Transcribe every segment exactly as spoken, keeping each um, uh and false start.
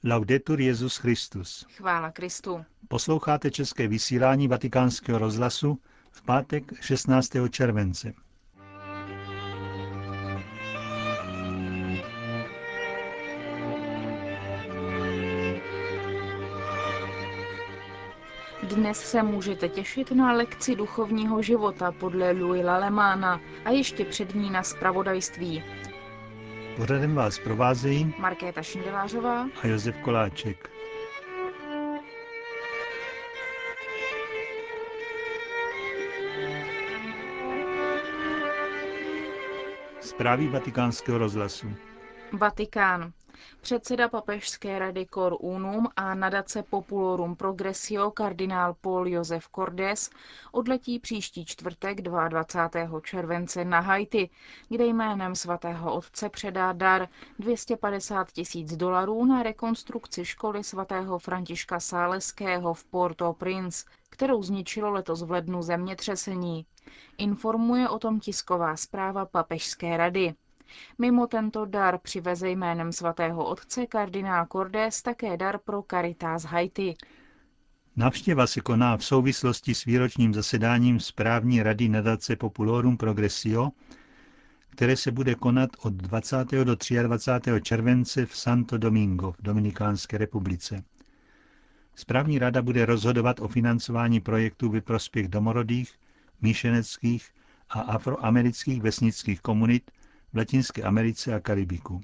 Laudetur Jesus Christus. Chvála Kristu. Posloucháte české vysílání Vatikánského rozhlasu v pátek šestnáctého července. Dnes se můžete těšit na lekci duchovního života podle Louise Lallemana a ještě před ní na zpravodajství. Pořadem vás provázejí Markéta Šindelářová a Josef Koláček. Zprávy Vatikánského rozhlasu. Vatikán. Předseda papežské rady Cor Unum a nadace Populorum Progressio kardinál Paul Josef Cordes odletí příští čtvrtek dvacátého druhého července na Haiti, kde jménem svatého otce předá dar dvě stě padesát tisíc dolarů na rekonstrukci školy svatého Františka Sáleského v Port-au-Prince, kterou zničilo letos v lednu zemětřesení. Informuje o tom tisková zpráva papežské rady. Mimo tento dar přiveze jménem svatého otce kardinál Cordes také dar pro Caritas Haiti. Návštěva se koná v souvislosti s výročním zasedáním správní rady nadace Populorum Progressio, které se bude konat od dvacátého do dvacátého tretího července v Santo Domingo v Dominikánské republice. Správní rada bude rozhodovat o financování projektů ve prospěch domorodých, míšeneckých a afroamerických vesnických komunit v Latinské Americe a Karibiku.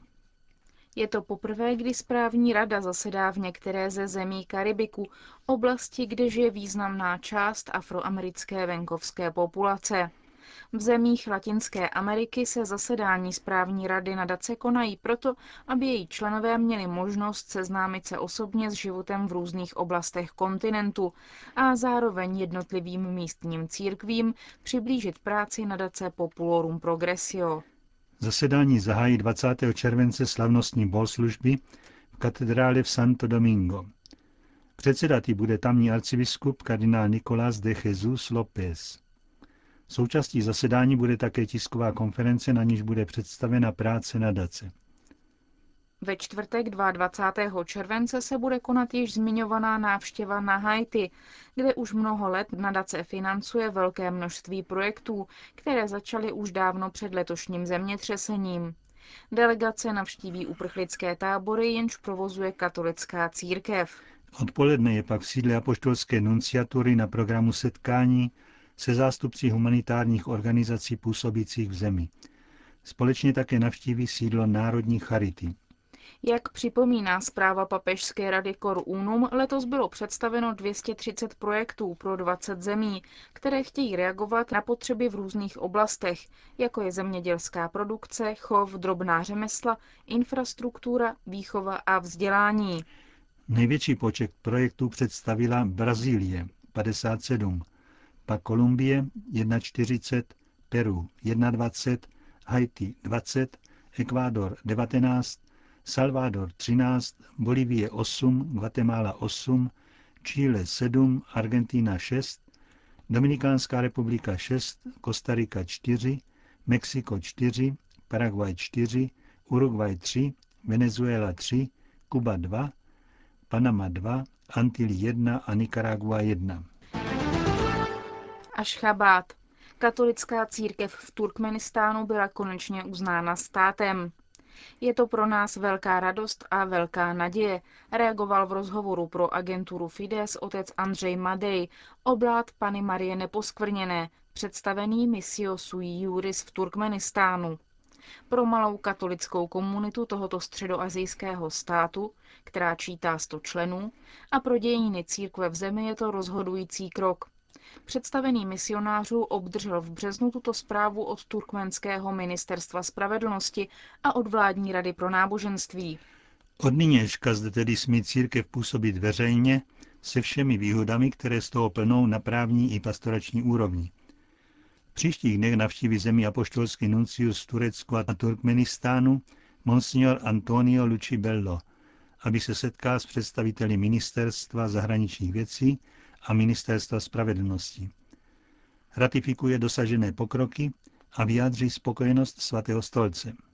Je to poprvé, kdy správní rada zasedá v některé ze zemí Karibiku, oblasti, kde žije významná část afroamerické venkovské populace. V zemích Latinské Ameriky se zasedání správní rady nadace konají proto, aby její členové měli možnost seznámit se osobně s životem v různých oblastech kontinentu a zároveň jednotlivým místním církvím přiblížit práci nadace Populorum Progressio. Zasedání zahájí dvacátého července slavnostní bohoslužby v katedrále v Santo Domingo. Předsedat jí bude tamní arcibiskup kardinál Nicolás de Jesus López. Součástí zasedání bude také tisková konference, na níž bude představena práce nadace. Ve čtvrtek dvacátého druhého července se bude konat již zmiňovaná návštěva na Haiti, kde už mnoho let nadace financuje velké množství projektů, které začaly už dávno před letošním zemětřesením. Delegace navštíví uprchlické tábory, jenž provozuje katolická církev. Odpoledne je pak v sídle apoštolské nunciatury na programu setkání se zástupci humanitárních organizací působících v zemi. Společně také navštíví sídlo Národní charity. Jak připomíná zpráva papežské rady Cor Unum, letos bylo představeno dvě stě třicet projektů pro dvacet zemí, které chtějí reagovat na potřeby v různých oblastech, jako je zemědělská produkce, chov, drobná řemesla, infrastruktura, výchova a vzdělání. Největší počet projektů představila Brazílie padesát sedm, pak Kolumbie čtyřicet jedna, Peru dvacet jedna, Haiti dvacet, Ekvádor devatenáct, Salvador třináct, Bolívie osm, Guatemala osm, Chile sedm, Argentina šest, Dominikánská republika šest, Kostarika čtyři, Mexiko čtyři, Paraguay čtyři, Uruguay tři, Venezuela tři, Kuba dva, Panama dva, Antily jedna a Nicaragua jedna. Ašchabád. Katolická církev v Turkmenistánu byla konečně uznána státem. Je to pro nás velká radost a velká naděje, reagoval v rozhovoru pro agenturu Fides otec Andřej Madej, oblát Panny Marie Neposkvrněné, představený Missio Sui Juris v Turkmenistánu. Pro malou katolickou komunitu tohoto středoasijského státu, která čítá sto členů, a pro dějiny církve v zemi je to rozhodující krok. Představený misionářů obdržel v březnu tuto zprávu od turkmenského ministerstva spravedlnosti a od vládní rady pro náboženství. Od nynějška zde tedy smí církev působit veřejně se všemi výhodami, které z toho plnou na právní i pastorační úrovni. V příštích dnech navštíví zemi apoštolský nuncius v Turecku a Turkmenistánu monsignor Antonio Lucibello, aby se setkal s představiteli ministerstva zahraničních věcí a ministerstva spravedlnosti. Ratifikuje dosažené pokroky a vyjádří spokojenost svatého stolce.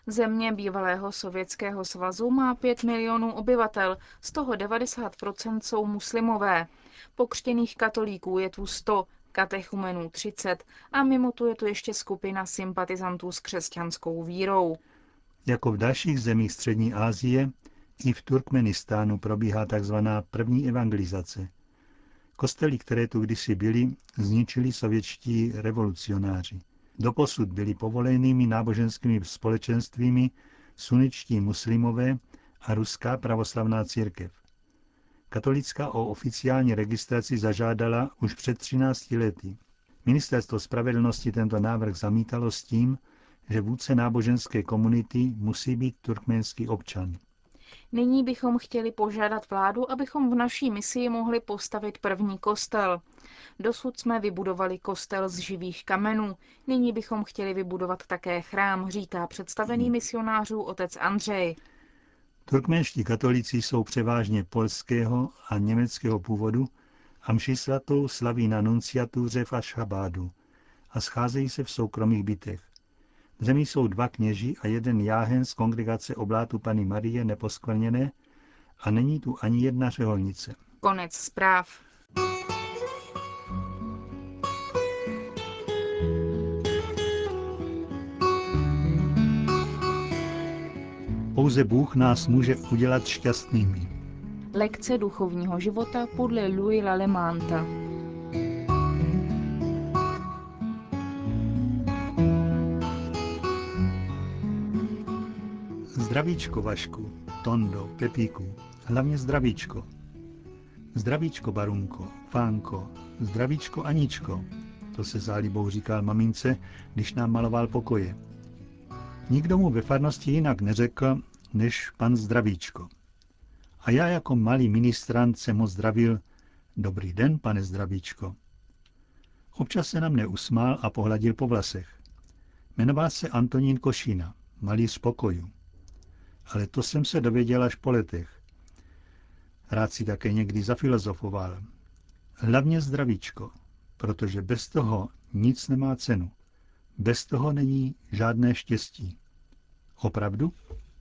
Země bývalého Sovětského svazu má pět milionů obyvatel, z toho devadesát procent jsou muslimové. Pokřtěných katolíků je tu sto, katechumenů třicet a mimo tu je tu ještě skupina sympatizantů s křesťanskou vírou. Jako v dalších zemích Střední Asie, i v Turkmenistánu probíhá tzv. První evangelizace. Kostely, které tu kdysi byly, zničili sovětští revolucionáři. Doposud byli povolenými náboženskými společenstvími sunničtí muslimové a ruská pravoslavná církev. Katolická o oficiální registraci zažádala už před třinácti lety. Ministerstvo spravedlnosti tento návrh zamítalo s tím, že vůdce náboženské komunity musí být turkménský občan. Nyní bychom chtěli požádat vládu, abychom v naší misii mohli postavit první kostel. Dosud jsme vybudovali kostel z živých kamenů, nyní bychom chtěli vybudovat také chrám, říká představený misionářů otec Andřej. Turkménští katolíci jsou převážně polského a německého původu a mši svatou slaví na nunciatuře v Ašchabádu a scházejí se v soukromých bytech. V zemi jsou dva kněži a jeden jáhen z kongregace Oblátu Panny Marie Neposkvrněné a není tu ani jedna řeholnice. Konec zpráv. Pouze Bůh nás může udělat šťastnými. Lekce duchovního života podle Louis Lallemanta. Zdravíčko Vašku, Tondo, Pepíku, hlavně zdravíčko. Zdravíčko Barunko, Fánko, zdravíčko Aničko, to se zálibou říkal mamince, když nám maloval pokoje. Nikdo mu ve farnosti jinak neřekl, než pan Zdravíčko. A já jako malý ministrant jsem ho zdravil, dobrý den, pane Zdravíčko. Občas se na mne usmál a pohladil po vlasech. Jmenoval se Antonín Košína, malíř pokoju. Ale to jsem se dověděl až po letech. Rád si také někdy zafilozofoval. Hlavně zdravíčko, protože bez toho nic nemá cenu. Bez toho není žádné štěstí. Opravdu?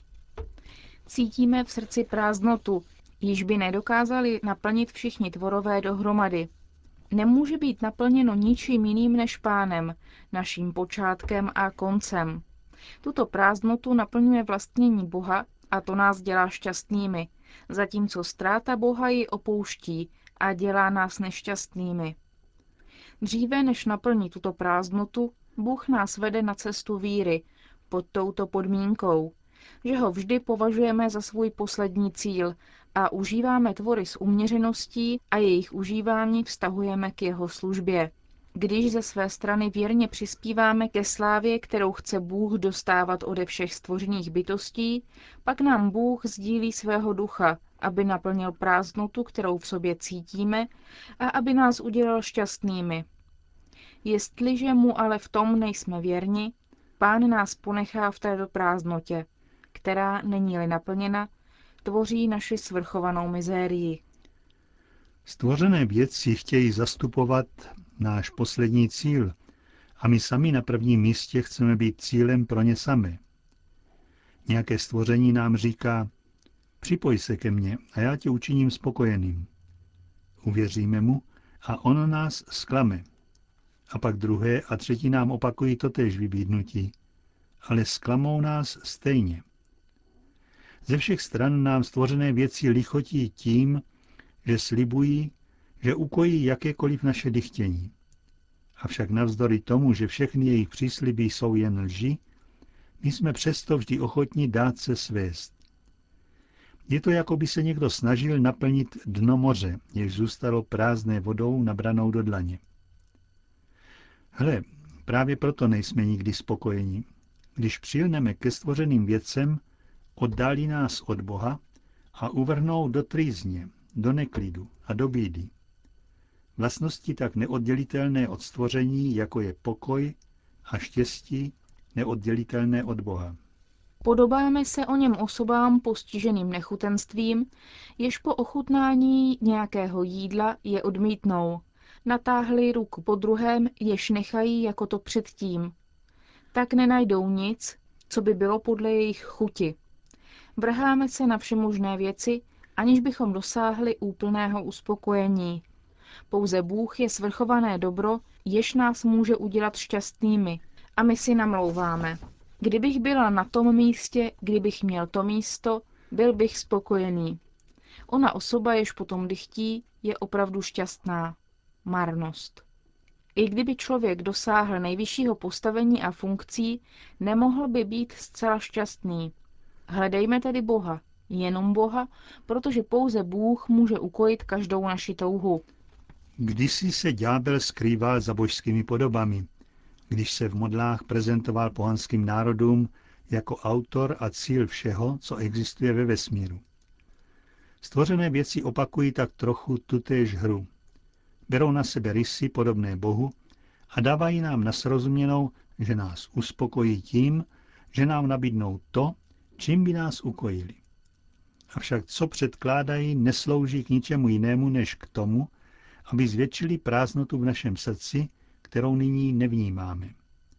Cítíme v srdci prázdnotu, již by nedokázali naplnit všichni tvorové dohromady. Nemůže být naplněno ničím jiným než Pánem, naším počátkem a koncem. Tuto prázdnotu naplňuje vlastnění Boha a to nás dělá šťastnými, zatímco ztráta Boha ji opouští a dělá nás nešťastnými. Dříve než naplní tuto prázdnotu, Bůh nás vede na cestu víry pod touto podmínkou, že ho vždy považujeme za svůj poslední cíl a užíváme tvory s uměřeností a jejich užívání vztahujeme k jeho službě. Když ze své strany věrně přispíváme ke slávě, kterou chce Bůh dostávat ode všech stvořených bytostí, pak nám Bůh sdílí svého ducha, aby naplnil prázdnotu, kterou v sobě cítíme, a aby nás udělal šťastnými. Jestliže mu ale v tom nejsme věrni, Pán nás ponechá v této prázdnotě, která, není-li naplněna, tvoří naši svrchovanou mizérii. Stvořené věci chtějí zastupovat náš poslední cíl a my sami na prvním místě chceme být cílem pro ně samé. Nějaké stvoření nám říká, připoj se ke mně a já tě učiním spokojeným. Uvěříme mu a ono nás zklame. A pak druhé a třetí nám opakují totéž vybídnutí, ale zklamou nás stejně. Ze všech stran nám stvořené věci lichotí tím, že slibují, že ukojí jakékoliv naše dychtění. Avšak navzdory tomu, že všechny jejich přísliby jsou jen lži, my jsme přesto vždy ochotní dát se svést. Je to, jako by se někdo snažil naplnit dno moře, jež zůstalo prázdné vodou nabranou do dlaně. Hle, právě proto nejsme nikdy spokojeni. Když přilneme ke stvořeným věcem, oddálí nás od Boha a uvrhnou do trýzně, do neklidu a do bídy. Vlastnosti tak neoddělitelné od stvoření, jako je pokoj a štěstí, neoddělitelné od Boha. Podobáme se o něm osobám postiženým nechutenstvím, jež po ochutnání nějakého jídla je odmítnou. Natáhli ruku po druhém, jež nechají jako to předtím. Tak nenajdou nic, co by bylo podle jejich chuti. Vrháme se na všemožné věci, aniž bychom dosáhli úplného uspokojení. Pouze Bůh je svrchované dobro, jež nás může udělat šťastnými. A my si namlouváme. Kdybych byla na tom místě, kdybych měl to místo, byl bych spokojený. Ona osoba, jež potom dychtí, je opravdu šťastná. Marnost. I kdyby člověk dosáhl nejvyššího postavení a funkcí, nemohl by být zcela šťastný. Hledejme tedy Boha, jenom Boha, protože pouze Bůh může ukojit každou naši touhu. Kdysi se ďábel skrýval za božskými podobami, když se v modlách prezentoval pohanským národům jako autor a cíl všeho, co existuje ve vesmíru. Stvořené věci opakují tak trochu tutéž hru. Berou na sebe rysy podobné Bohu a dávají nám na srozuměnou, že nás uspokojí tím, že nám nabídnou to, čím by nás ukojili. Avšak co předkládají, neslouží k ničemu jinému než k tomu, aby zvětšili prázdnotu v našem srdci, kterou nyní nevnímáme.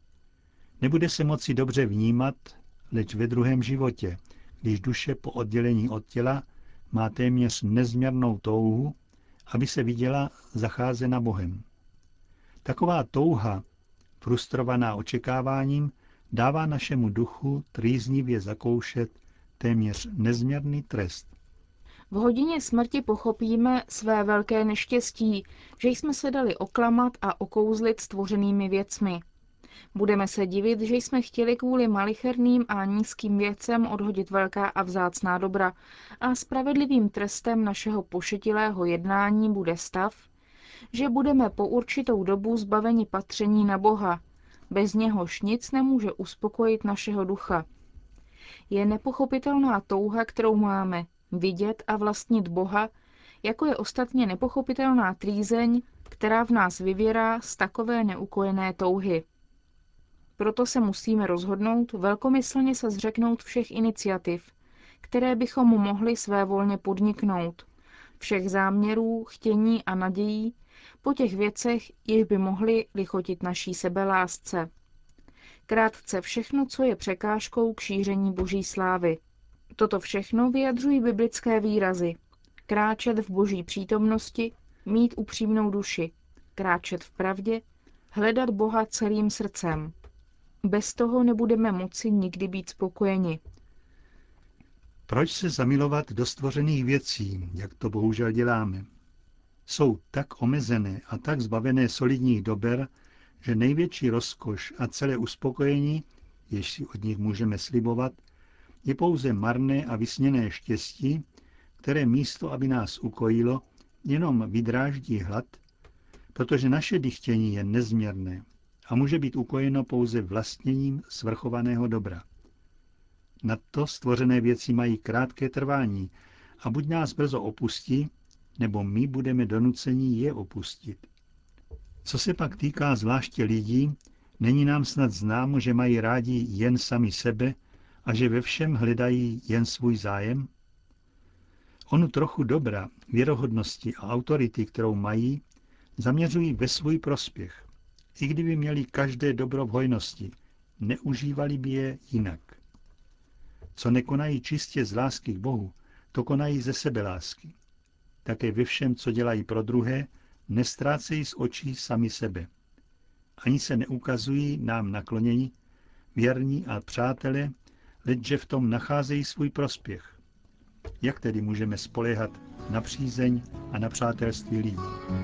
Nebude se moci dobře vnímat, leč ve druhém životě, když duše po oddělení od těla má téměř nezměrnou touhu, aby se viděla zacházena Bohem. Taková touha, frustrovaná očekáváním, dává našemu duchu trýznivě zakoušet téměř nezměrný trest. V hodině smrti pochopíme své velké neštěstí, že jsme se dali oklamat a okouzlit stvořenými věcmi. Budeme se divit, že jsme chtěli kvůli malicherným a nízkým věcem odhodit velká a vzácná dobra a spravedlivým trestem našeho pošetilého jednání bude stav, že budeme po určitou dobu zbaveni patření na Boha, bez něhož nic nemůže uspokojit našeho ducha. Je nepochopitelná touha, kterou máme, vidět a vlastnit Boha, jako je ostatně nepochopitelná trýzeň, která v nás vyvěrá z takové neukojené touhy. Proto se musíme rozhodnout velkomyslně se zřeknout všech iniciativ, které bychom mohli svévolně podniknout, všech záměrů, chtění a nadějí po těch věcech, jež by mohly lichotit naší sebelásce. Krátce všechno, co je překážkou k šíření boží slávy. Toto všechno vyjadřují biblické výrazy. Kráčet v boží přítomnosti, mít upřímnou duši, kráčet v pravdě, hledat Boha celým srdcem. Bez toho nebudeme moci nikdy být spokojeni. Proč se zamilovat do stvořených věcí, jak to bohužel děláme? Jsou tak omezené a tak zbavené solidních dober, že největší rozkoš a celé uspokojení, jež si od nich můžeme slibovat, je pouze marné a vysněné štěstí, které místo, aby nás ukojilo, jenom vydráždí hlad, protože naše dychtění je nezměrné a může být ukojeno pouze vlastněním svrchovaného dobra. Nadto stvořené věci mají krátké trvání a buď nás brzo opustí, nebo my budeme donuceni je opustit. Co se pak týká zvláště lidí, není nám snad známo, že mají rádi jen sami sebe a že ve všem hledají jen svůj zájem? Onu trochu dobra, věrohodnosti a autority, kterou mají, zaměřují ve svůj prospěch. I kdyby měli každé dobro v hojnosti, neužívali by je jinak. Co nekonají čistě z lásky k Bohu, to konají ze sebelásky. Také ve všem, co dělají pro druhé, nestrácejí z očí sami sebe. Ani se neukazují nám nakloněni, věrní a přátelé, leč v tom nacházejí svůj prospěch. Jak tedy můžeme spoléhat na přízeň a na přátelství lidí?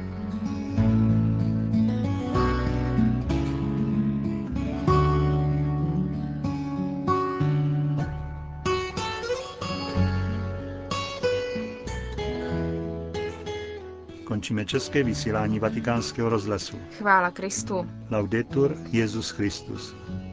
Končíme české vysílání Vatikánského rozhlasu. Chvála Kristu. Laudetur Jesus Christus.